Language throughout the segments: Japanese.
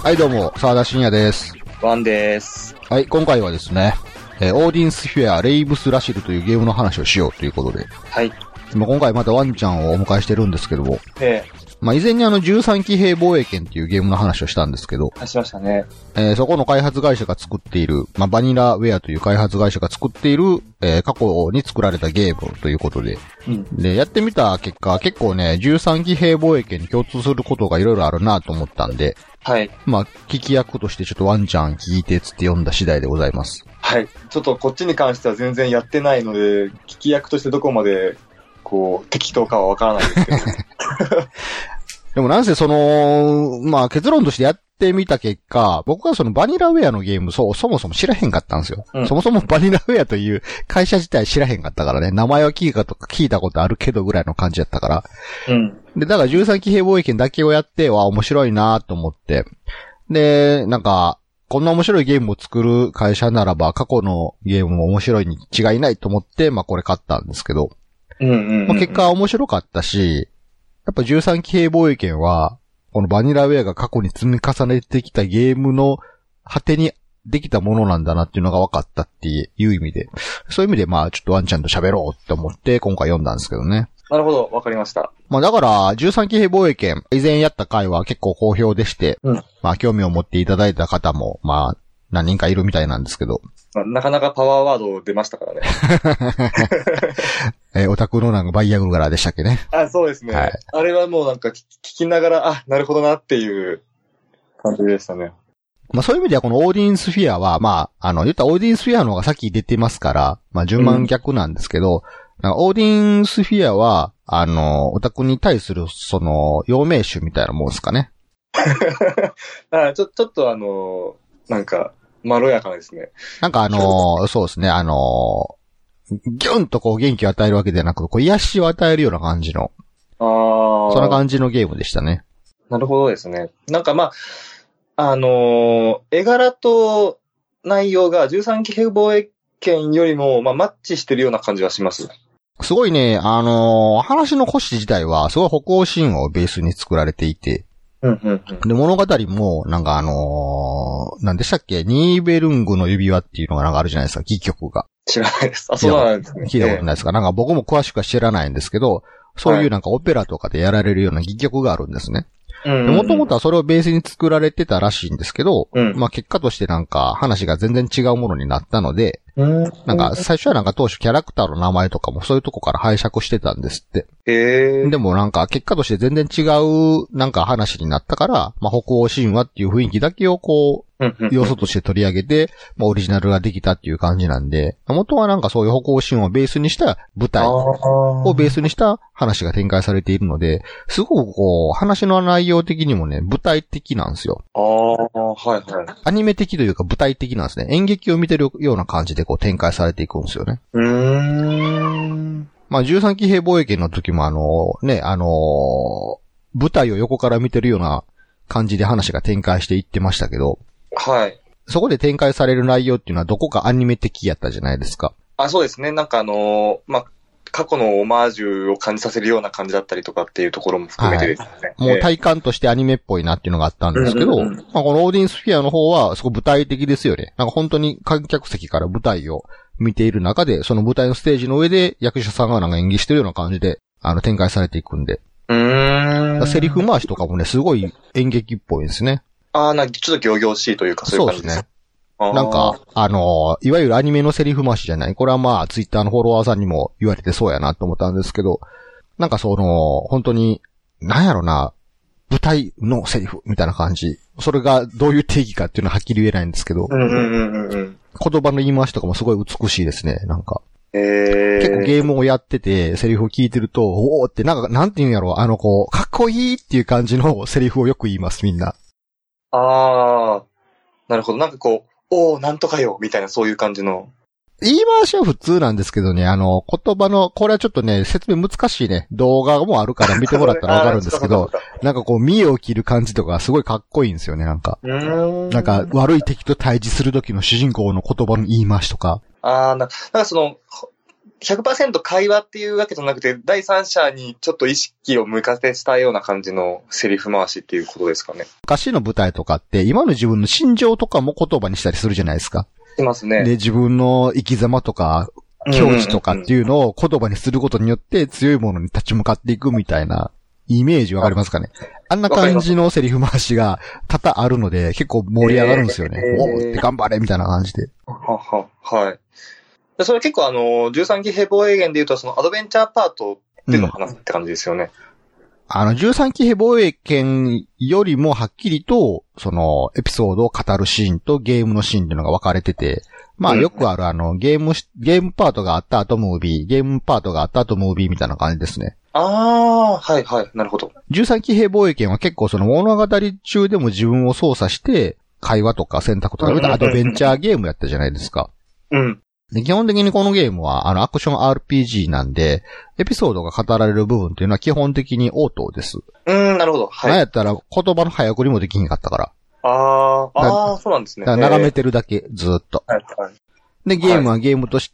はいどうも、沢田信也です。 ワンです。 はい、今回はですね、オーディンスフィアレイブスラシルというゲームの話をしようということで。 はい。 今回またワンちゃんをお迎えしてるんですけども。以前に13騎兵防衛権っていうゲームの話をしたんですけど。 しましたね。 そこの開発会社が作っている、バニラウェアという開発会社が作っている、過去に作られたゲームということで。で、やってみた結果、結構ね、13騎兵防衛権に共通することがいろいろあるなと思ったんで。 はい。 聞き役としてちょっとワンちゃん聞いてつって読んだ次第でございます。 はい。ちょっとこっちに関しては全然やってないので、聞き役としてどこまで、適当かはわからないですけど。 でもなんせ結論としてやってみた結果、僕はそのバニラウェアのゲームそもそも知らへんかったんですよ。そもそもバニラウェアという会社自体知らへんかったからね、名前は聞いたことあるけどぐらいの感じだったから。で、だから13騎兵防衛権だけをやって、面白いなと思って。で、こんな面白いゲームを作る会社ならば、過去のゲームも面白いに違いないと思って、これ買ったんですけど。結果は面白かったし、やっぱ13騎兵防衛権は、このバニラウェアが過去に積み重ねてきたゲームの果てにできたものなんだなっていうのが分かったっていう意味で、そういう意味でちょっとワンちゃんと喋ろうって思って今回読んだんですけどね。 なるほど、わかりました。 だから、13騎兵防衛権、以前やった回は結構好評でして、興味を持っていただいた方も、何人かいるみたいなんですけど。 なかなかパワーワード出ましたからね。オタクのバイアグラでしたっけね。 そうですね。はい。あれはもう聞きながら、なるほどなっていう感じでしたね。 そういう意味ではこのオーディンスフィアは、言ったらオーディンスフィアの方が先出てますから、順番逆なんですけど、オーディンスフィアは、オタクに対する、陽明酒みたいなもんですかね。 ちょっとまろやかですね。 そうですね、ギュンと元気を与えるわけではなく、癒しを与えるような感じの。そんな感じのゲームでしたね。 なるほどですね。絵柄と内容が13騎兵防衛権よりも、マッチしてるような感じはします。 すごいね、話の骨子自体は、すごい北欧神話をベースに作られていて、で、物語も、何でしたっけ、ニーベルングの指輪っていうのがあるじゃないですか、戯曲が。 知らないです。そうなんですね。 聞いたことないですか。僕も詳しくは知らないんですけど、そういうオペラとかでやられるような戯曲があるんですね。もともとはそれをベースに作られてたらしいんですけど、結果として話が全然違うものになったので、最初は当初キャラクターの名前とかもそういうとこから拝借してたんですって。でも結果として全然違う話になったから、北欧神話っていう雰囲気だけを要素として取り上げて、オリジナルができたっていう感じなんで、元はそういう北欧神話をベースにした舞台をベースにした話が展開されているので、すごく話の内容的にもね、舞台的なんですよ。アニメ的というか舞台的なんですね。演劇を見てるような感じで展開されていくんですよね。13騎兵防衛権の時も舞台を横から見てるような感じで話が展開していってましたけど、そこで展開される内容っていうのはどこかアニメ的やったじゃないですか。 そうですね。過去のオマージュを感じさせるような感じだったりとかっていうところも含めてですね。 もう体感としてアニメっぽいなっていうのがあったんですけど、このオーディンスフィアの方はすごく舞台的ですよね。本当に観客席から舞台を見ている中で、その舞台のステージの上で役者さんが演技してるような感じで、展開されていくんで。セリフ回しとかもね、すごい演劇っぽいですね。 ちょっと仰々しいというかそういう感じですね。 いわゆるアニメのセリフ回しじゃない。これはツイッターのフォロワーさんにも言われてそうやなと思ったんですけど、本当に、舞台のセリフみたいな感じ。それがどういう定義かっていうのははっきり言えないんですけど、言葉の言い回しとかもすごい美しいですね、結構ゲームをやってて、セリフを聞いてると、おーってなんて言うんやろ、かっこいいっていう感じのセリフをよく言います、みんな。 なるほど。おー、なんとかよ、みたいなそういう感じの。 言い回しは普通なんですけどね、言葉の、これはちょっとね、説明難しいね。動画もあるから見てもらったらわかるんですけど、見栄を切る感じとかすごいかっこいいんですよね、悪い敵と対峙する時の主人公の言葉の言い回しとか。 100% 会話っていうわけじゃなくて、第三者にちょっと意識を向かせしたような感じのセリフ回しっていうことですかね。 昔の舞台とかって、今の自分の心情とかも言葉にしたりするじゃないですか。 しますね。 で、自分の生き様とか、境地とかっていうのを言葉にすることによって強いものに立ち向かっていくみたいなイメージわかりますかね。あんな感じのセリフ回しが多々あるので結構盛り上がるんですよね。おーって頑張れみたいな感じで。 はい。それ結構13騎兵防衛源で言うとそのアドベンチャーパートでの話って感じですよね。 13騎兵防衛権よりもはっきりと、その、エピソードを語るシーンとゲームのシーンっていうのが分かれてて、まあよくあるゲームパートがあった後ムービー、ゲームパートがあった後ムービーみたいな感じですね。 はいはい、なるほど。 13騎兵防衛権は結構その物語中でも自分を操作して、会話とか選択とか、アドベンチャーゲームやったじゃないですか。 うん。 で基本的にこのゲームは、アクション RPG なんで、エピソードが語られる部分っていうのは基本的に応答です。 なるほど。はい。 なんやったら言葉の早送りもできひんかったから。 そうなんですね。 眺めてるだけ、ずーっと。 はいはい。 で、ゲームはゲームとして、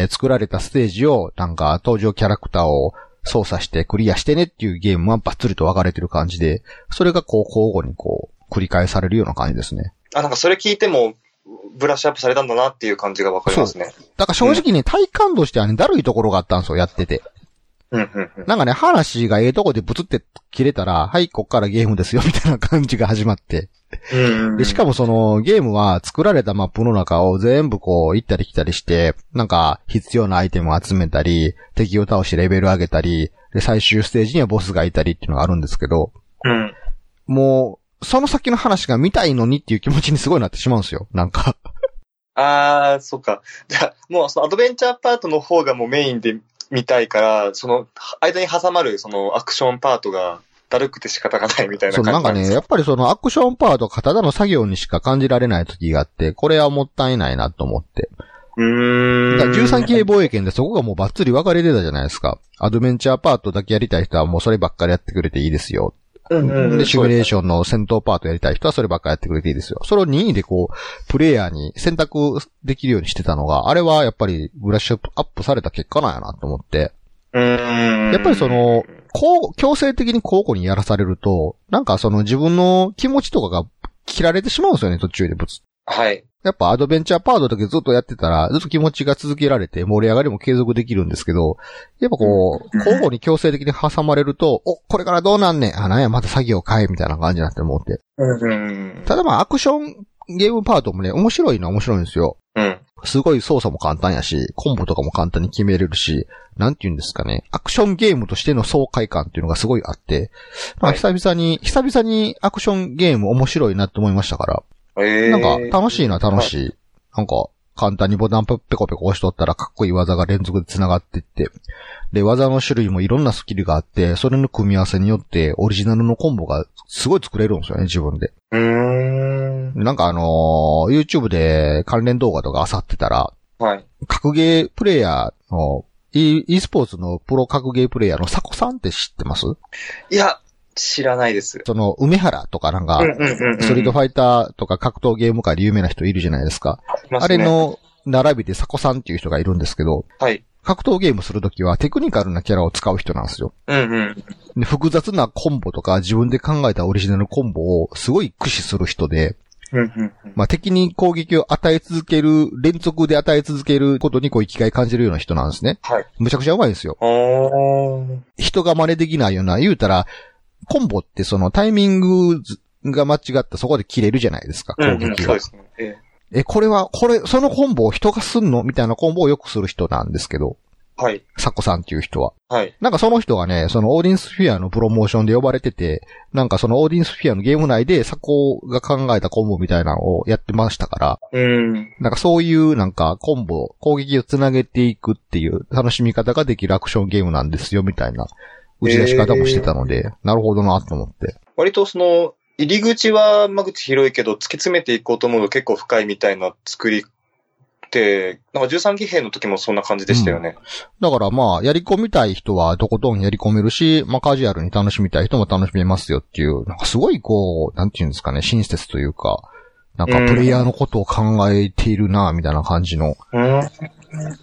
作られたステージを、なんか、登場キャラクターを操作してクリアしてねっていうゲームはバッツリと分かれてる感じで、それがこう、交互にこう、繰り返されるような感じですね。 なんかそれ聞いても、ブラッシュアップされたんだなっていう感じがわかりますね。 だから正直ね、体感としてはね、だるいところがあったんですよ、やってて。なんかね、話がとこでブツって切れたら、はい、こっからゲームですよ、みたいな感じが始まって。で、しかもその、ゲームは作られたマップの中を全部こう、行ったり来たりして、なんか、必要なアイテムを集めたり、敵を倒してレベル上げたり、で、最終ステージにはボスがいたりっていうのがあるんですけど、もう、その先の話が見たいのにっていう気持ちにすごいなってしまうんですよ、なんか。 そっか。じゃあ、もうそのアドベンチャーパートの方がもうメインで見たいから、その間に挟まるそのアクションパートがだるくて仕方がないみたいな感じなんですか。そう、なんかね、やっぱりそのアクションパートがただの作業にしか感じられない時があって、これはもったいないなと思って。だから13騎兵防衛権でそこがもうバッツリ分かれてたじゃないですか。アドベンチャーパートだけやりたい人はもうそればっかりやってくれていいですよ。で、シミュレーションの戦闘パートやりたい人はそればっかりやってくれていいですよ。それを任意でこう、プレイヤーに選択できるようにしてたのが、あれはやっぱりブラッシュアップされた結果なんやなと思って。やっぱりその、強制的に交互にやらされると、なんかその自分の気持ちとかが切られてしまうんですよね、途中ではい。 やっぱアドベンチャーパートだけずっとやってたら、ずっと気持ちが続けられて盛り上がりも継続できるんですけど、やっぱこう、交互に強制的に挟まれると、これからどうなんねん、なんや、また作業変え、みたいな感じになって思って。ただまあ、アクションゲームパートもね、面白いのは面白いんですよ。すごい操作も簡単やし、コンボとかも簡単に決めれるし、なんて言うんですかね、アクションゲームとしての爽快感っていうのがすごいあって、まあ、久々にアクションゲーム面白いなと思いましたから。なんか、楽しいな、楽しい。なんか、簡単にボタンペコペコ押しとったらかっこいい技が連続で繋がっていって。で、技の種類もいろんなスキルがあって、それの組み合わせによってオリジナルのコンボがすごい作れるんですよね、自分で。なんかYouTube で関連動画とか漁ってたら、格ゲープレイヤーの、e スポーツのプロ格ゲープレイヤーのサコさんって知ってます？ いや、知らないです。 その、梅原とかなんか、ストリートファイターとか格闘ゲーム界で有名な人いるじゃないですか。あれの並びでサコさんっていう人がいるんですけど、格闘ゲームするときはテクニカルなキャラを使う人なんですよ。で、複雑なコンボとか自分で考えたオリジナルコンボをすごい駆使する人で、まあ、敵に攻撃を与え続ける、連続で与え続けることにこう生きがい感じるような人なんですね。むちゃくちゃうまいんですよ。人が真似できないような、言うたら、コンボってそのタイミングが間違ったそこで切れるじゃないですか、攻撃が。そうですね。そのコンボを人がすんのみたいなコンボをよくする人なんですけど。サコさんっていう人は。なんかその人がね、そのオーディンスフィアのプロモーションで呼ばれてて、なんかそのオーディンスフィアのゲーム内でサコが考えたコンボみたいなのをやってましたから、なんかそういうなんかコンボ、攻撃をつなげていくっていう楽しみ方ができるアクションゲームなんですよ、みたいな打ち出し方もしてたので、なるほどなと思って。 割とその、入り口は間口広いけど、突き詰めていこうと思うと結構深いみたいな作りで、なんか13騎兵の時もそんな感じでしたよね。 だからまあ、やり込みたい人はとことんやり込めるし、まあカジュアルに楽しみたい人も楽しめますよっていう、なんかすごいこう、なんていうんですかね、親切というか、なんかプレイヤーのことを考えているな、みたいな感じの。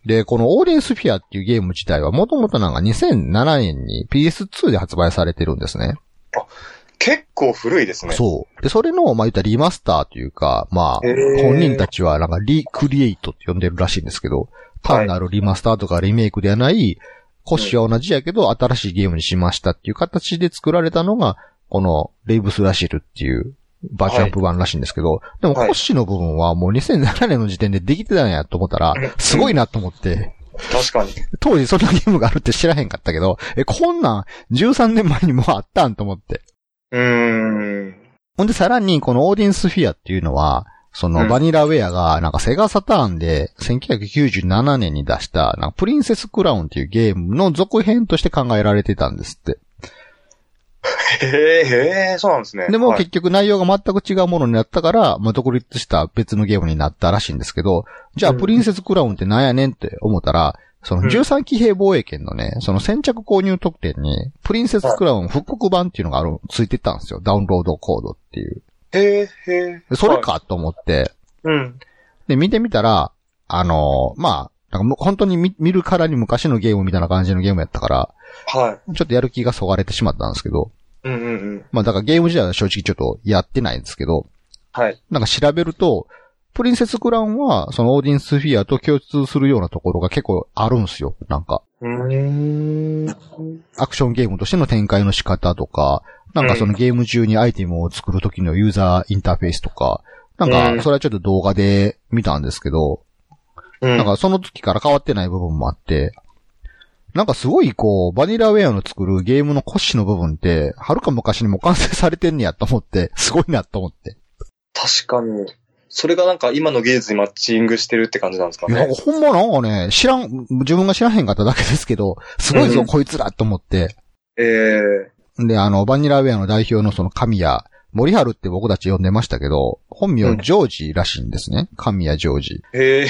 で、このオーディエンスフィアっていうゲーム自体はもともとなんか2007年に PS2 で発売されてるんですね。 あ、結構古いですね。 そう。で、それの、まあ、言ったらリマスターというか、まあ、本人たちはなんかリクリエイトって呼んでるらしいんですけど、単なるリマスターとかリメイクではない、コシは同じやけど、新しいゲームにしましたっていう形で作られたのが、このレイブスラシルっていうバージョンアップ版らしいんですけど、でもコシの部分はもう2007年の時点でできてたんやと思ったら、すごいなと思って。 確かに。 当時そんなゲームがあるって知らへんかったけど、こんなん13年前にもうあったんと思って。ほんでさらにこのオーディエンスフィアっていうのは、そのバニラウェアがなんかセガサターンで1997年に出したなんかプリンセスクラウンっていうゲームの続編として考えられてたんですって。 へえ、そうなんですね。 でも結局内容が全く違うものになったから、まあ、独立した別のゲームになったらしいんですけど、じゃあプリンセスクラウンってなんやねんって思ったら、その13騎兵防衛権のね、その先着購入特典に、プリンセスクラウン復刻版っていうのがついてたんですよ。ダウンロードコードっていう。それかと思って、で、見てみたら、まあ、なんか本当に見るからに昔のゲームみたいな感じのゲームやったから、ちょっとやる気がそがれてしまったんですけど、まあだからゲーム自体は正直ちょっとやってないんですけど、なんか調べると、プリンセスクラウンはそのオーディエンスフィアと共通するようなところが結構あるんですよ、なんか。アクションゲームとしての展開の仕方とか、なんかそのゲーム中にアイテムを作る時のユーザーインターフェースとか、なんかそれはちょっと動画で見たんですけど、なんかその時から変わってない部分もあって、なんかすごいこう、バニラウェアの作るゲームの骨子の部分って、はるか昔にも完成されてんねやと思って、すごいなと思って。 確かに。それがなんか今の技術にマッチングしてるって感じなんですかね。 いや、ほんまなんかね、自分が知らへんかっただけですけど、すごいぞ、こいつらと思って。で、バニラウェアの代表のその神谷、森春って僕たち呼んでましたけど、本名ジョージらしいんですね。神谷ジョージ。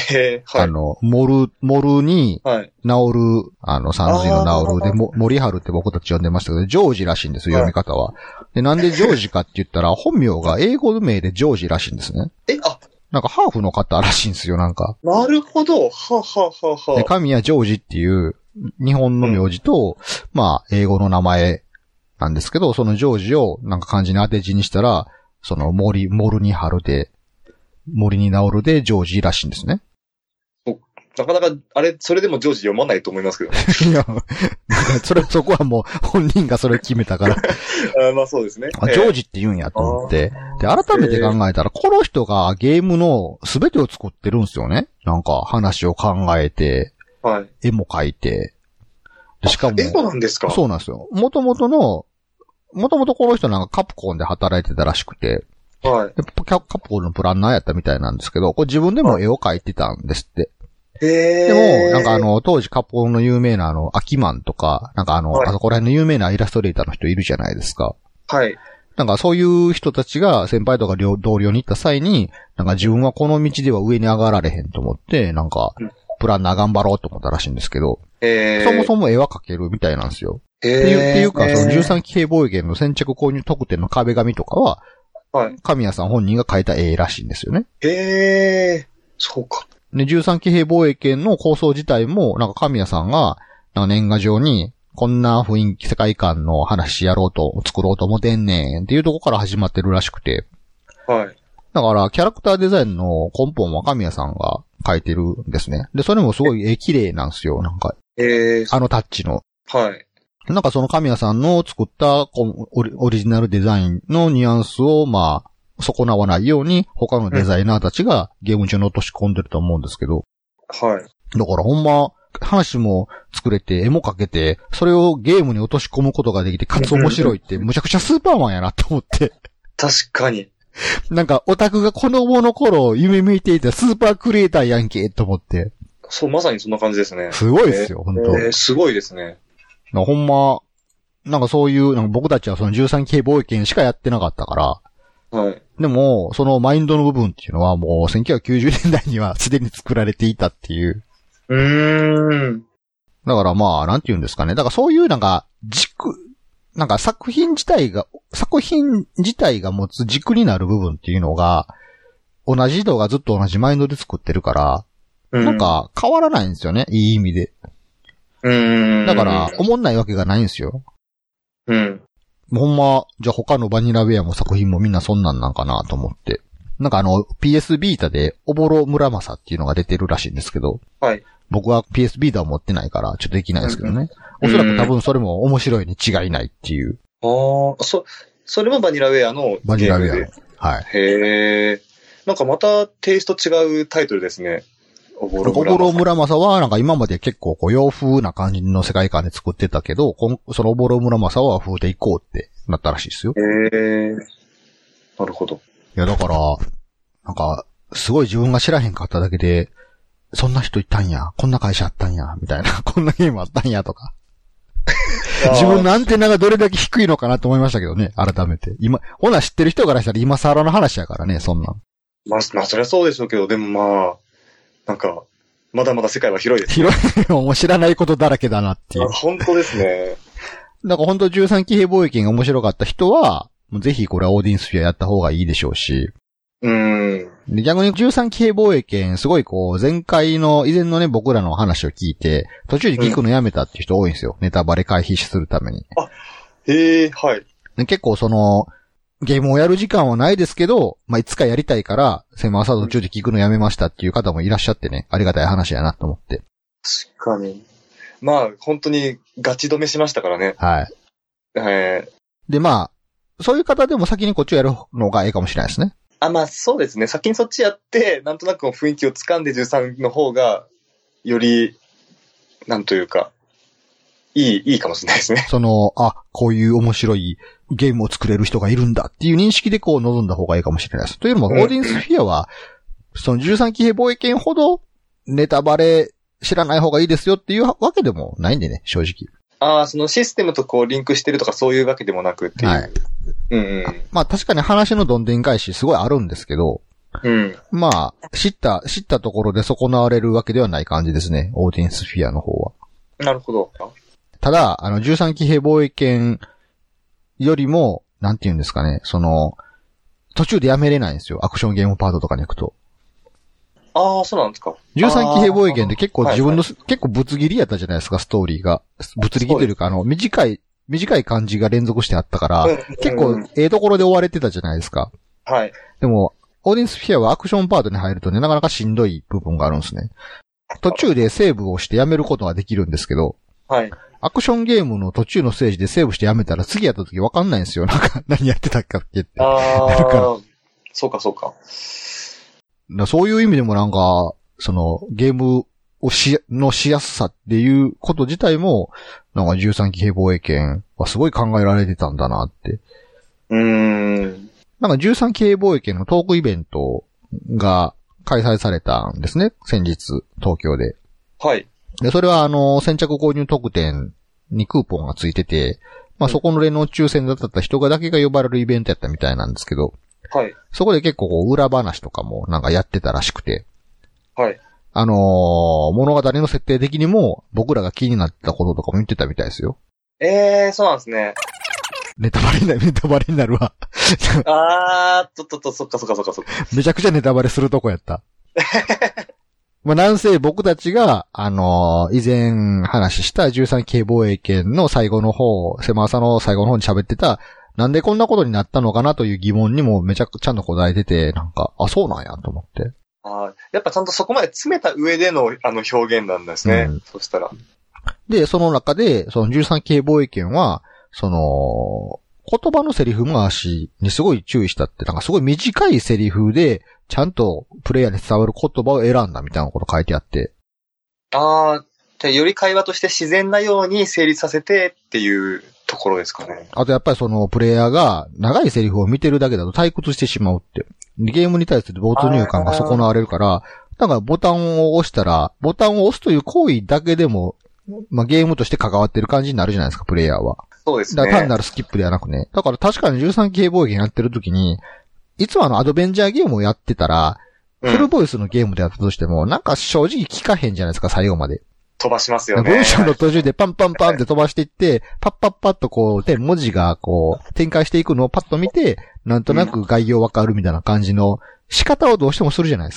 モルに、治る、三髄の治るで、森春って僕たち呼んでましたけど、ジョージらしいんですよ、読み方は。で、なんでジョージかって言ったら、本名が英語名でジョージらしいんですね。なんかハーフの方らしいんですよ、なんか。 なるほど。 で、神谷ジョージっていう日本の名字と、まあ、英語の名前なんですけど、そのジョージをなんか漢字に当て字にしたら、そのモルに春で、森に治るでジョージらしいんですね。 なかなか、それでもジョージ読まないと思いますけどね。 いや、そこはもう本人がそれ決めたから。 まあそうですね。 ジョージって言うんやと思って。で、改めて考えたら、この人がゲームの全てを作ってるんですよね。なんか話を考えて、絵も描いて。でしかも。 絵もなんですか？ そうなんですよ。もともとこの人なんかカプコンで働いてたらしくて。カプコンのプランナーやったみたいなんですけど、これ自分でも絵を描いてたんですって。でも、なんか当時カプコンの有名なアキマンとか、なんかあそこら辺の有名なイラストレーターの人いるじゃないですか。なんかそういう人たちが先輩とか同僚に行った際に、なんか自分はこの道では上に上がられへんと思って、なんか、プランナー頑張ろうと思ったらしいんですけど、そもそも絵は描けるみたいなんですよ。っていうか、その13騎兵防衛権の先着購入特典の壁紙とかは、神谷さん本人が描いた絵らしいんですよね。 そうか。 で、13騎兵防衛権の構想自体も、なんか神谷さんが、なんか年賀状に、こんな雰囲気、世界観の話作ろうと思ってんねんっていうとこから始まってるらしくて。だから、キャラクターデザインの根本は神谷さんが描いてるんですね。で、それもすごい綺麗なんですよ、なんか。タッチの。なんかその神谷さんの作ったオリジナルデザインのニュアンスを、まあ、損なわないように他のデザイナーたちがゲーム中に落とし込んでると思うんですけど。だからほんま、話も作れて、絵も描けて、それをゲームに落とし込むことができて、かつ面白いって、むちゃくちゃスーパーマンやなと思って。 確かに。 なんか、オタクが子供の頃夢見ていたスーパークリエイターやんけ、と思って。 そう、まさにそんな感じですね。 すごいですよ、本当。 すごいですね。 ほんま、なんかそういう、なんか僕たちはその13騎兵防衛権しかやってなかったから、でも、そのマインドの部分っていうのはもう1990年代にはすでに作られていたっていう。だからまあ、なんて言うんですかね。だからそういうなんかなんか作品自体が持つ軸になる部分っていうのが、同じ人がずっと同じマインドで作ってるから、 なんか変わらないんですよね、いい意味で。だから、思んないわけがないんですよ。 うん。 ほんま、じゃあ他のバニラウェアも作品もみんなそんなんなんかなと思って。なんかPS ビータで、おぼろ村正っていうのが出てるらしいんですけど。 はい。 僕は PS ビータを持ってないから、ちょっとできないですけどね。おそらく多分それも面白いに違いないっていう。 それもバニラウェアのバニラウェア。はい。 へえ。なんかまたテイスト違うタイトルですね。 おぼろ村正はなんか今まで結構洋風な感じの世界観で作ってたけど、そのおぼろ村正は風でいこうってなったらしいですよ。 へえ。なるほど。 いやだから、なんか、すごい自分が知らへんかっただけで、そんな人いたんや、こんな会社あったんや、みたいな、こんなゲームあったんやとか。自分のアンテナがどれだけ低いのかなと思いましたけどね、改めて。ほな知ってる人からしたら今更の話やからね、そんなん。 まあ、そりゃそうでしょうけど、でもまあ、なんか、まだまだ世界は広いですね。 広い、もう知らないことだらけだなっていう。 本当ですね。 だから本当13騎兵貿易が面白かった人は、もうぜひこれはオーディンスフィアやった方がいいでしょうし。で逆に13騎兵貿易圏、すごい前回の、以前のね、僕らの話を聞いて、途中で聞くのやめたっていう人多いんですよ。ネタバレ回避するために。 はい。 結構ゲームをやる時間はないですけど、まあ、いつかやりたいから、朝途中で聞くのやめましたっていう方もいらっしゃってね、ありがたい話やなと思って。 確かに。まあ、本当にガチ止めしましたからね。 はい。で、まあ、そういう方でも先にこっちをやるのがいいかもしれないですね。 まあそうですね。先にそっちやって、なんとなく雰囲気をつかんで13の方が、より、なんというか、いいかもしれないですね。 こういう面白いゲームを作れる人がいるんだっていう認識で臨んだ方がいいかもしれないです。というのも、オーディンスフィアは、その13騎兵貿易圏ほど、ネタバレ知らない方がいいですよっていうわけでもないんでね、正直。 そのシステムとリンクしてるとかそういうわけでもなくっていう。はい。 まあ確かに話のどんでん返しすごいあるんですけど、まあ、知ったところで損なわれるわけではない感じですね、オーディンスフィアの方は。 なるほど。 ただ、13騎兵貿易圏よりも、なんて言うんですかね、途中でやめれないんですよ、アクションゲームパートとかに行くと。 そうなんですか。 13騎兵貿易圏って結構自分の、結構ぶつ切りやったじゃないですか、ストーリーが。ぶつ切りというか、短い感じが連続してあったから、結構、ところで終われてたじゃないですか。 はい。 でも、オーディンスフィアはアクションパートに入るとね、なかなかしんどい部分があるんですね。途中でセーブをしてやめることはできるんですけど、 はい。 アクションゲームの途中のステージでセーブしてやめたら次やった時わかんないんですよ。なんか、何やってたっけって。 そうか。 そういう意味でもなんか、ゲームのしやすさっていうこと自体も、なんか13騎兵貿易圏はすごい考えられてたんだなって。なんか13騎兵貿易圏のトークイベントが開催されたんですね。先日、東京で。 はい。 で、それは先着購入特典にクーポンがついてて、まあそこの例の抽選だった人だけが呼ばれるイベントやったみたいなんですけど、 はい。 そこで結構裏話とかもなんかやってたらしくて、 はい。 物語の設定的にも僕らが気になったこととかも言ってたみたいですよ。 そうなんですね。 ネタバレになるわ。 そっか。 めちゃくちゃネタバレするとこやった。まあ、なんせ僕たちが、以前話した13騎兵貿易圏の最後の方、狭さの最後の方に喋ってた、なんでこんなことになったのかなという疑問にもめちゃくちゃんと答えてて、なんか、そうなんやと思って。 やっぱちゃんとそこまで詰めた上での表現なんですね。そしたら。 で、その中で、その13騎兵貿易圏は、言葉のセリフ回しにすごい注意したって、なんかすごい短いセリフで、ちゃんとプレイヤーに伝わる言葉を選んだみたいなこと書いてあって。 じゃあより会話として自然なように成立させてっていうところですかね。 あとやっぱりプレイヤーが長いセリフを見てるだけだと退屈してしまうって。ゲームに対する没入感が損なわれるから、だからボタンを押したら、ボタンを押すという行為だけでも、まあ、ゲームとして関わってる感じになるじゃないですか、プレイヤーは。 そうですね。 だから単なるスキップではなくね。だから確かに13騎兵貿易やってる時に、いつもアドベンチャーゲームをやってたら、フルボイスのゲームでやったとしても、なんか正直聞かへんじゃないですか、最後まで。 飛ばしますよね。 文章の途中でパンパンパンって飛ばしていって、パッパッパッと文字が展開していくのをパッと見て、なんとなく概要わかるみたいな感じの仕方をどうしてもするじゃないですか。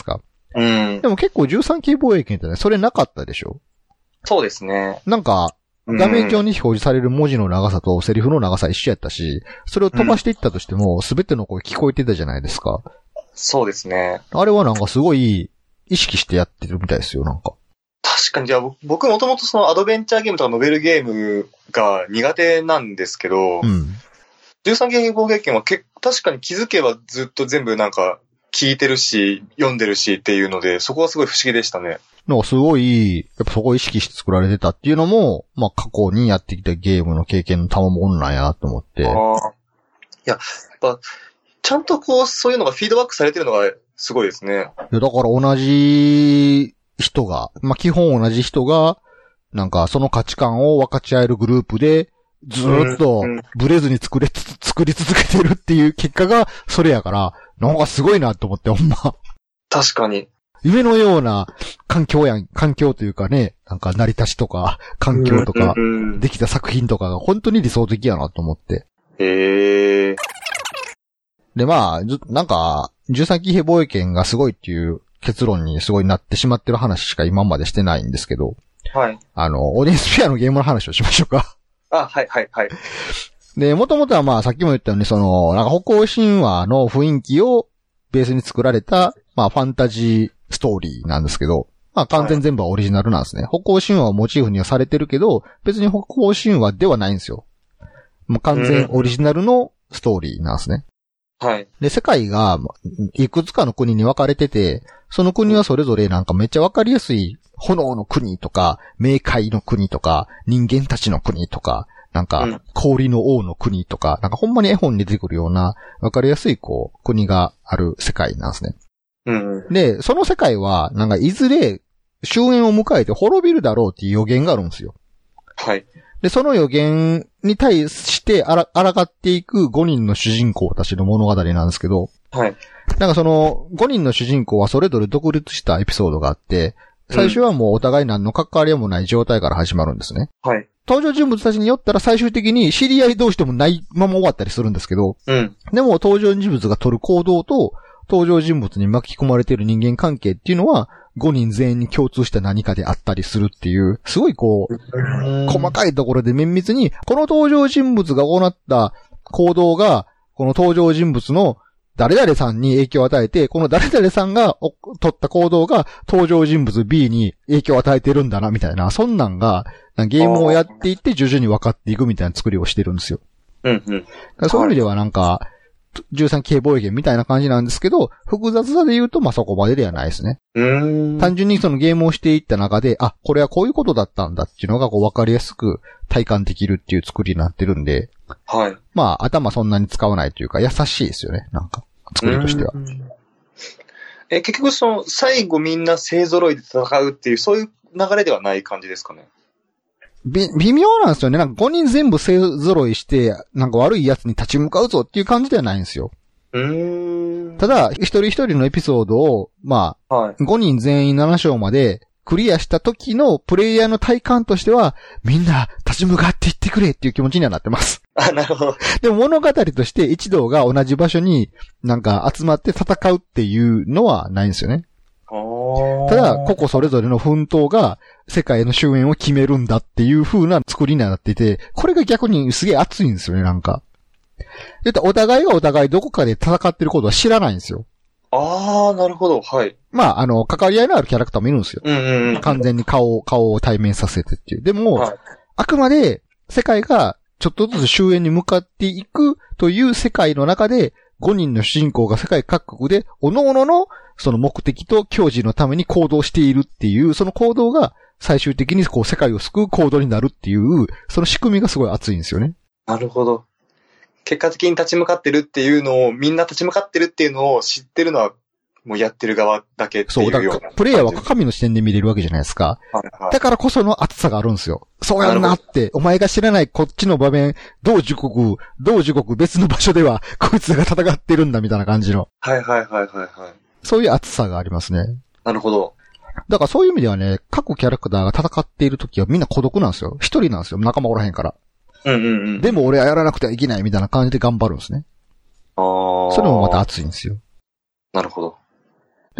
うん。 でも結構13系防衛圏ってね、それなかったでしょ？ そうですね。 なんか、画面上に表示される文字の長さとセリフの長さ一緒やったし、それを飛ばしていったとしても、すべての声聞こえてたじゃないですか。 そうですね。 あれはなんかすごい意識してやってるみたいですよ、なんか。 確かに、じゃあ僕もともとそのアドベンチャーゲームとかノベルゲームが苦手なんですけど、13系防衛圏は確かに気づけばずっと全部なんか聞いてるし、読んでるしっていうので、そこはすごい不思議でしたね。 なんかすごい、やっぱそこを意識して作られてたっていうのも、まあ過去にやってきたゲームの経験の賜物なんやなと思って。いや、 やっぱ、ちゃんとこう、そういうのがフィードバックされてるのがすごいですね。いや、 だから同じ人が、まあ基本同じ人が、なんかその価値観を分かち合えるグループで、ずーっとブレずに作り続けてるっていう結果がそれやから、なんかすごいなと思って、ほんま。 確かに。 夢のような環境というかね、なんか成り立ちとか、環境とか、できた作品とかが本当に理想的やなと思って。 へー。 で、まあ、なんか、13騎兵防衛権がすごいっていう結論にすごいなってしまってる話しか今までしてないんですけど、 はい。 オーディエンスフェアのゲームの話をしましょうか。 はい。 で、もともとはまあさっきも言ったようになんか北欧神話の雰囲気をベースに作られた、まあファンタジーストーリーなんですけど、まあ完全全部はオリジナルなんですね。北欧神話をモチーフにはされてるけど、別に北欧神話ではないんですよ。もう完全オリジナルのストーリーなんですね。 はい。 で、世界がいくつかの国に分かれてて、その国はそれぞれなんかめっちゃ分かりやすい炎の国とか、冥界の国とか、人間たちの国とか、なんか氷の王の国とか、なんかほんまに絵本に出てくるような分かりやすいこう国がある世界なんですね。で、その世界はなんかいずれ終焉を迎えて滅びるだろうっていう予言があるんですよ。 はい。 で、その予言に対して抗っていく5人の主人公たちの物語なんですけど、 はい。 なんかその5人の主人公はそれぞれ独立したエピソードがあって、最初はもうお互い何の関わりもない状態から始まるんですね。 はい。 登場人物たちによったら最終的に知り合い同士でもないまま終わったりするんですけど、でも登場人物が取る行動と登場人物に巻き込まれている人間関係っていうのは5人全員に共通した何かであったりするっていう、すごいこう、細かいところで綿密に、この登場人物が行った行動が、この登場人物の誰々さんに影響を与えて、この誰々さんが取った行動が登場人物 B に影響を与えてるんだな、みたいな、そんなんが、ゲームをやっていって徐々に分かっていくみたいな作りをしてるんですよ。そういう意味ではなんか、13系防衛権みたいな感じなんですけど、複雑さで言うと、まあ、そこまでではないですね。単純にそのゲームをしていった中で、あ、これはこういうことだったんだっていうのがこう分かりやすく体感できるっていう作りになってるんで、 はい。 まあ、頭そんなに使わないというか、優しいですよね、なんか、作りとしては。 結局最後みんな勢揃いで戦うっていう、そういう流れではない感じですかね。 微妙なんですよね。なんか5人全部勢揃いして、なんか悪い奴に立ち向かうぞっていう感じではないんですよ。ただ、一人一人のエピソードを、まあ、5人全員7章までクリアした時のプレイヤーの体感としては、みんな立ち向かっていってくれっていう気持ちにはなってます。 あ、なるほど。 でも物語として一同が同じ場所になんか集まって戦うっていうのはないんですよね。ただ、個々それぞれの奮闘が世界の終焉を決めるんだっていう風な作りになっていて、これが逆にすげえ熱いんですよね、なんか。お互いがお互いどこかで戦ってることは知らないんですよ。 あー、なるほど、はい。 まあ、関わり合いのあるキャラクターもいるんですよ。完全に顔を対面させてっていう。でも、あくまで世界がちょっとずつ終焉に向かっていくという世界の中で、5人の主人公が世界各国で、各々のその目的と矜持のために行動しているっていう、その行動が最終的にこう世界を救う行動になるっていう、その仕組みがすごい熱いんですよね。 なるほど。結果的に立ち向かってるっていうのを、みんな立ち向かってるっていうのを知ってるのは、もうやってる側だけっていうような。 そう、だからプレイヤーは鏡の視点で見れるわけじゃないですか。だからこその熱さがあるんですよ。そうやんなって、お前が知らないこっちの場面、同時刻別の場所では、こいつが戦ってるんだみたいな感じの。 はい。 そういう熱さがありますね。 なるほど。 だからそういう意味ではね、各キャラクターが戦っているときはみんな孤独なんですよ。一人なんですよ。仲間おらへんから。でも俺はやらなくてはいけないみたいな感じで頑張るんですね。それもまた熱いんですよ。 なるほど。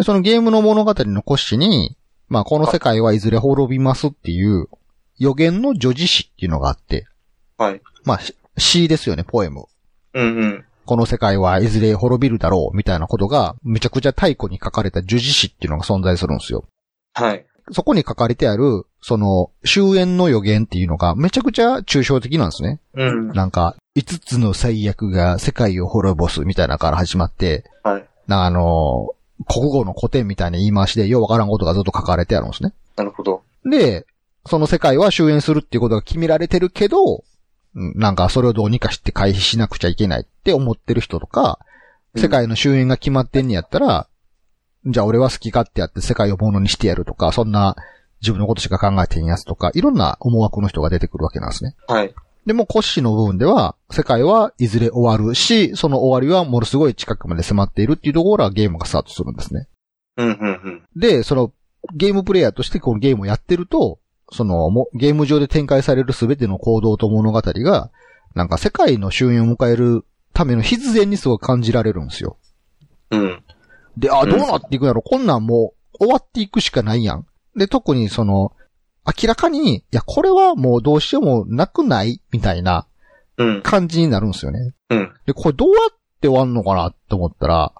で、そのゲームの物語の骨子に、まあこの世界はいずれ滅びますっていう予言の叙事詩っていうのがあって、 はい。 まあ詩ですよね、ポエム。 うんうん。 この世界はいずれ滅びるだろうみたいなことがめちゃくちゃ太古に書かれた叙事詩っていうのが存在するんですよ。 はい。 そこに書かれてある、その終焉の予言っていうのがめちゃくちゃ抽象的なんですね。 うん。 なんか、5つの災厄が世界を滅ぼすみたいなから始まって、 はい。 国語の古典みたいな言い回しでようわからんことがずっと書かれてあるんですね。 なるほど。 で、その世界は終焉するっていうことが決められてるけど、なんかそれをどうにかして回避しなくちゃいけないって思ってる人とか、世界の終焉が決まってんねやったら、じゃあ俺は好き勝手やって世界をものにしてやるとか、そんな自分のことしか考えてへんやつとか、いろんな思惑の人が出てくるわけなんですね。 はい。 でも骨子の部分では、世界はいずれ終わるし、その終わりはものすごい近くまで迫っているっていうところからゲームがスタートするんですね。 うんうんうん。 で、そのゲームプレイヤーとしてこのゲームをやってると、そのゲーム上で展開されるすべての行動と物語が、なんか世界の終焉を迎えるための必然にすごい感じられるんですよ。 うん。 で、どうなっていくんやろ、こんなんもう終わっていくしかないやん。で、特にその、明らかに、いや、これはもうどうしてもなくないみたいな感じになるんですよね。 うん。 で、これどうやって終わんのかなって思ったら、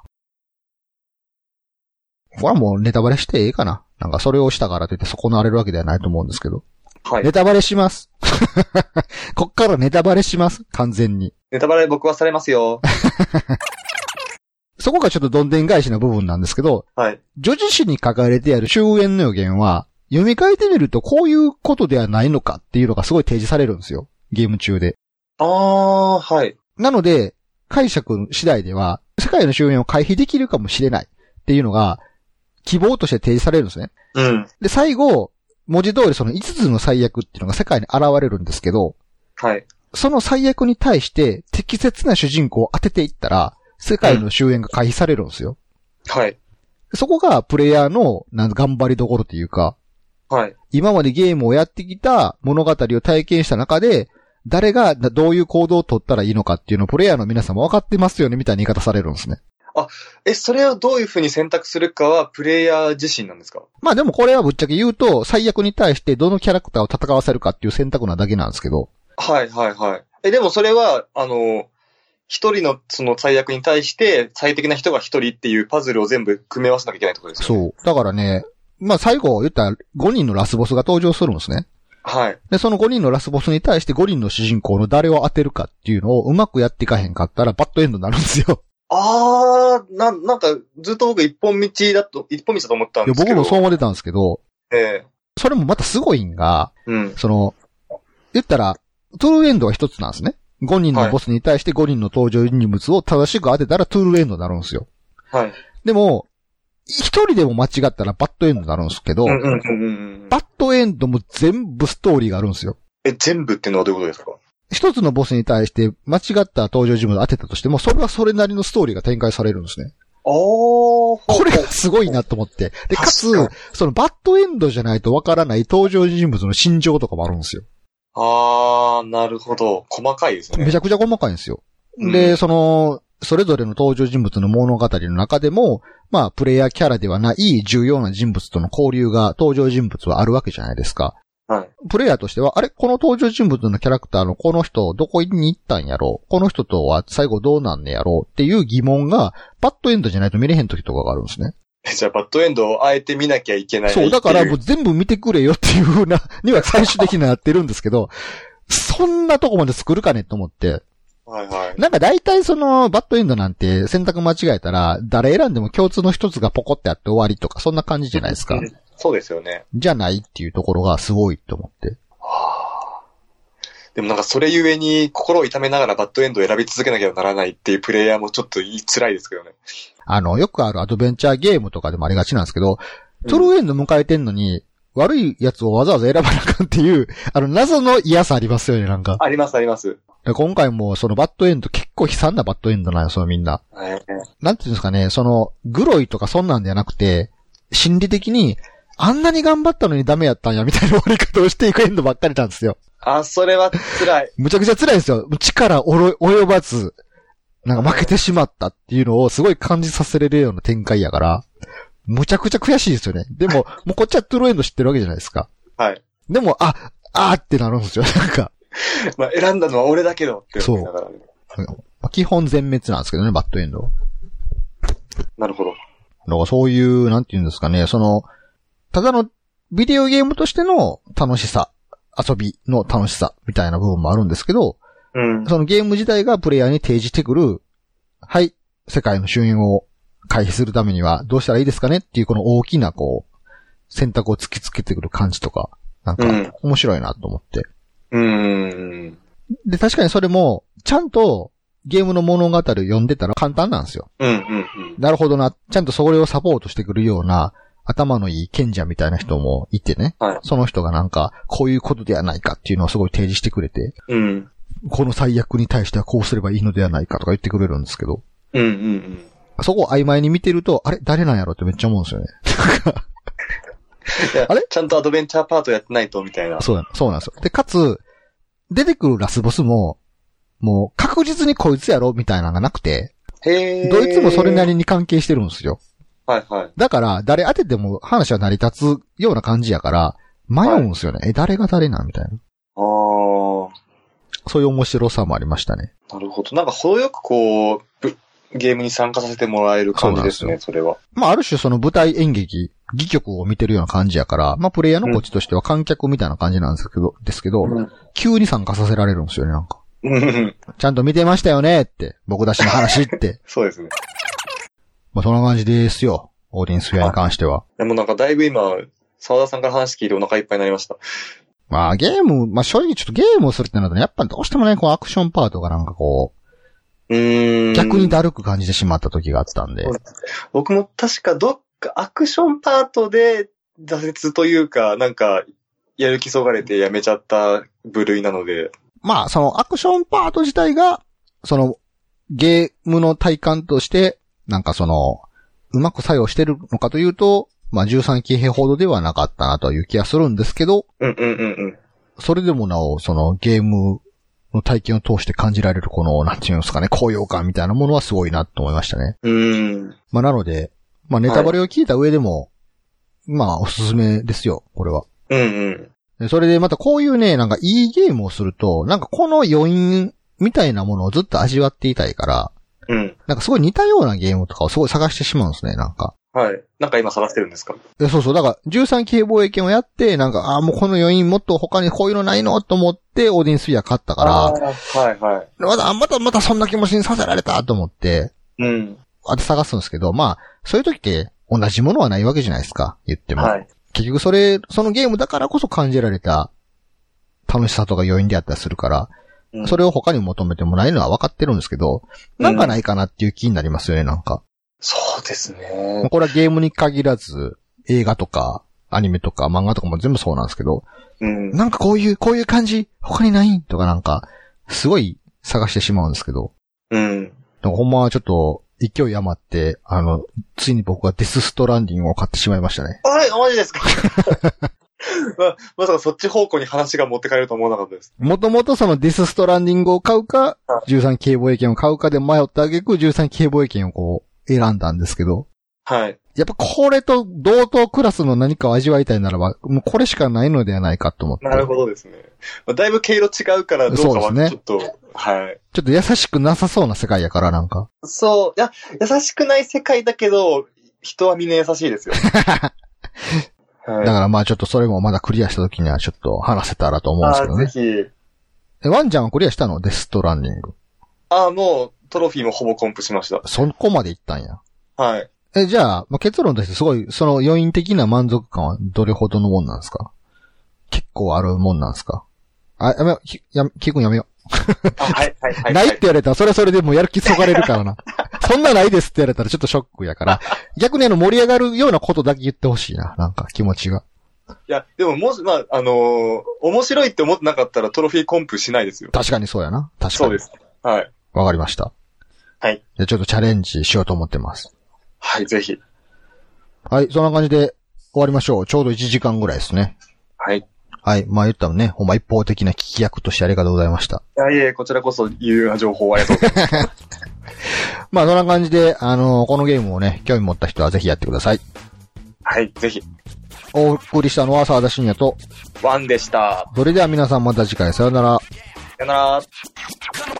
これはもうネタバレしてええかな。なんかそれをしたからといって損なわれるわけではないと思うんですけど。 はい。 ネタバレします。こっからネタバレします。完全に。 ネタバレ僕はされますよ。 そこがちょっとどんでん返しの部分なんですけど、 はい。 叙事詩に書かれてある終焉の予言は、読み替えてみるとこういうことではないのかっていうのがすごい提示されるんですよ。ゲーム中で。 はい。 なので、解釈次第では、世界の終焉を回避できるかもしれないっていうのが、希望として提示されるんですね。 うん。 で、最後、文字通りその5つの災厄っていうのが世界に現れるんですけど、 はい。 その災厄に対して適切な主人公を当てていったら、世界の終焉が回避されるんですよ。 はい。 そこがプレイヤーの頑張りどころというか、 はい。 今までゲームをやってきた物語を体験した中で、誰がどういう行動を取ったらいいのかっていうのをプレイヤーの皆さんも分かってますよねみたいな言い方されるんですね。 それをどういう風に選択するかはプレイヤー自身なんですか？ まあでもこれはぶっちゃけ言うと、最悪に対してどのキャラクターを戦わせるかっていう選択なだけなんですけど。 はいはいはい。でもそれは、一人のその最悪に対して最適な人が一人っていうパズルを全部組み合わせなきゃいけないってことですよね。 そう。だからね、まあ最後言ったら5人のラスボスが登場するんですね。 はい。 で、その5人のラスボスに対して5人の主人公の誰を当てるかっていうのをうまくやっていかへんかったらバッドエンドになるんですよ。 なんかずっと僕一本道だと思ったんですけど。 いや僕もそう思ってたんですけど、 それもまたすごいんが、 うん。 言ったら、トゥルーエンドは一つなんですね。5人のボスに対して5人の登場人物を正しく当てたらトゥルーエンドになるんですよ。 はい。 でも、一人でも間違ったらバッドエンドになるんですけど、バッドエンドも全部ストーリーがあるんですよ。 全部っていうのはどういうことですか？ 一つのボスに対して間違った登場人物を当てたとしても、それはそれなりのストーリーが展開されるんですね。 これがすごいなと思って。で、かつ、そのバッドエンドじゃないとわからない登場人物の心情とかもあるんですよ。 なるほど。細かいですね。 めちゃくちゃ細かいんですよ。で、それぞれの登場人物の物語の中でも、まあ、プレイヤーキャラではない重要な人物との交流が登場人物はあるわけじゃないですか。 はい。 プレイヤーとしては、この登場人物のキャラクターのこの人、どこに行ったんやろう？この人とは最後どうなんねやろう？っていう疑問が、バッドエンドじゃないと見れへん時とかがあるんですね。 じゃあ、バッドエンドをあえて見なきゃいけない。 そう、だからもう全部見てくれよっていう風な、には最終的になってるんですけど、そんなとこまで作るかねと思って。 はいはい。 なんか大体バッドエンドなんて選択間違えたら、誰選んでも共通の一つがポコってあって終わりとか、そんな感じじゃないですか。 そうですよね。 じゃないっていうところがすごいと思って。 でもなんかそれゆえに心を痛めながらバッドエンドを選び続けなきゃならないっていうプレイヤーもちょっと辛いですけどね。 よくあるアドベンチャーゲームとかでもありがちなんですけど、トルーエンド迎えてんのに、悪いやつをわざわざ選ばなあかんっていう、謎の嫌さありますよね、なんか。 あります、あります。 今回もそのバッドエンド結構悲惨なバッドエンドなんよ、みんな。なんていうんですかね、グロいとかそんなんじゃなくて、心理的に、あんなに頑張ったのにダメやったんや、みたいな終わり方をしていくエンドばっかりなんですよ。 それは辛い。 むちゃくちゃ辛いんですよ。力及ばず、なんか負けてしまったっていうのをすごい感じさせれるような展開やから、 むちゃくちゃ悔しいですよね。でも、もうこっちはトゥルーエンド知ってるわけじゃないですか。 はい。 でも、ってなるんですよ、なんか。 まあ、選んだのは俺だけどって思いながらね。 そう。基本全滅なんですけどね、バッドエンド。 なるほど。 だからそういう、なんていうんですかね、ただのビデオゲームとしての楽しさ、遊びの楽しさみたいな部分もあるんですけど、 うん。 そのゲーム自体がプレイヤーに提示してくる、はい、世界の収入を回避するためにはどうしたらいいですかねっていうこの大きな選択を突きつけてくる感じとか、なんか面白いなと思って。で、確かにそれも、ちゃんとゲームの物語を読んでたら簡単なんですよ。なるほどな。ちゃんとそれをサポートしてくるような頭のいい賢者みたいな人もいてね。はい、その人がなんか、こういうことではないかっていうのをすごい提示してくれて。この最悪に対してはこうすればいいのではないかとか言ってくれるんですけど。そこを曖昧に見てると、あれ誰なんやろってめっちゃ思うんですよね。 あれちゃんとアドベンチャーパートやってないとみたいな。 そうなんですよ。で、かつ、出てくるラスボスも、もう確実にこいつやろみたいなのがなくて、どいつもそれなりに関係してるんですよ。 はいはい。 だから、誰当てても話は成り立つような感じやから、迷うんですよね。はい、誰が誰なんみたいな。そういう面白さもありましたね。 なるほど。なんか程よくゲームに参加させてもらえる感じですね、それは。 まあ、ある種その舞台演劇、戯曲を見てるような感じやから、まあ、プレイヤーのこっちとしては観客みたいな感じなんですけど、急に参加させられるんですよね、なんか。ちゃんと見てましたよねって、僕たちの話って。 そうですね。 まあ、そんな感じですよ。オーディエンスフェアに関しては。 でもなんかだいぶ今、沢田さんから話聞いてお腹いっぱいになりました。 まあ、正直ちょっとゲームをするってなるとね、やっぱどうしてもね、アクションパートがなんか逆にだるく感じてしまった時があったんで。 僕も確かどっかアクションパートで挫折というか、なんか、やる気そがれてやめちゃった部類なので。 まあ、そのアクションパート自体が、ゲームの体感として、なんかうまく作用してるのかというと、まあ13騎兵ほどではなかったなという気がするんですけど、それでもなお、ゲームの体験を通して感じられるなんていうんですかね、高揚感みたいなものはすごいなと思いましたね。まあなので、まあネタバレを聞いた上でも、まあおすすめですよ、これは。それでまたこういうね、なんかいいゲームをすると、なんかこの余韻みたいなものをずっと味わっていたいから、なんかすごい似たようなゲームとかをすごい探してしまうんですね、なんか。 はい。なんか今探してるんですか？ そうそう。だから、13騎兵防衛権をやって、なんか、もうこの余韻もっと他にこういうのないのと思って、オーディンスフィア買ったから、 はいはい。 またそんな気持ちにさせられたと思って、で探すんですけど、まあ、そういう時って同じものはないわけじゃないですか、言っても。はい。結局そのゲームだからこそ感じられた楽しさとか余韻であったりするから、それを他に求めてもらえるのは分かってるんですけど、なんかないかなっていう気になりますよね、なんか。 そうですね。 これはゲームに限らず、映画とか、アニメとか漫画とかも全部そうなんですけど、なんかこういう感じ、他にないとかなんか、すごい探してしまうんですけど。ほんまはちょっと、勢い余って、ついに僕はデスストランディングを買ってしまいましたね。 マジですかまさかそっち方向に話が持って帰ると思わなかったです。 もともとそのデスストランディングを買うか、13騎兵防衛権を買うかで迷った挙句、13騎兵防衛権を選んだんですけど。 はい。 やっぱこれと同等クラスの何かを味わいたいならば、もうこれしかないのではないかと思って。 なるほどですね。だいぶ毛色違うからどうかはちょっと、ね、はい。 ちょっと優しくなさそうな世界やからなんか。 そう。いや、優しくない世界だけど、人はみんな優しいですよ。 はい、だからまあちょっとそれもまだクリアした時にはちょっと話せたらと思うんですけどね。 ぜひ。ワンちゃんはクリアしたの？デストランディング。 もうトロフィーもほぼコンプしました。 そこまで行ったんや。 はい。 じゃあ、結論としてすごい、その余韻的な満足感はどれほどのもんなんですか？結構あるもんなんですか？やめよう。キー君やめよう。 はい。 ないって言われたら、それでもうやる気そがれるからな。そんなないですって言われたらちょっとショックやから、逆に盛り上がるようなことだけ言ってほしいな、なんか気持ちが。 いや、でも面白いって思ってなかったらトロフィーコンプしないですよ。 確かにそうやな。確かに。 そうです。はい。 わかりました。 はい。 じゃあちょっとチャレンジしようと思ってます。 はい、ぜひ。 はい、そんな感じで終わりましょう。ちょうど1時間ぐらいですね。 はい。 はい。まあ言ったらね、ほんま一方的な聞き役としてありがとうございました。 いえ、こちらこそ有用な情報をありがとうございます。 まあそんな感じで、このゲームをね、興味持った人はぜひやってください。 はい、ぜひ。 お送りしたのは沢田信也と、 ワンでした。 それでは皆さんまた次回、さよなら。 さよなら。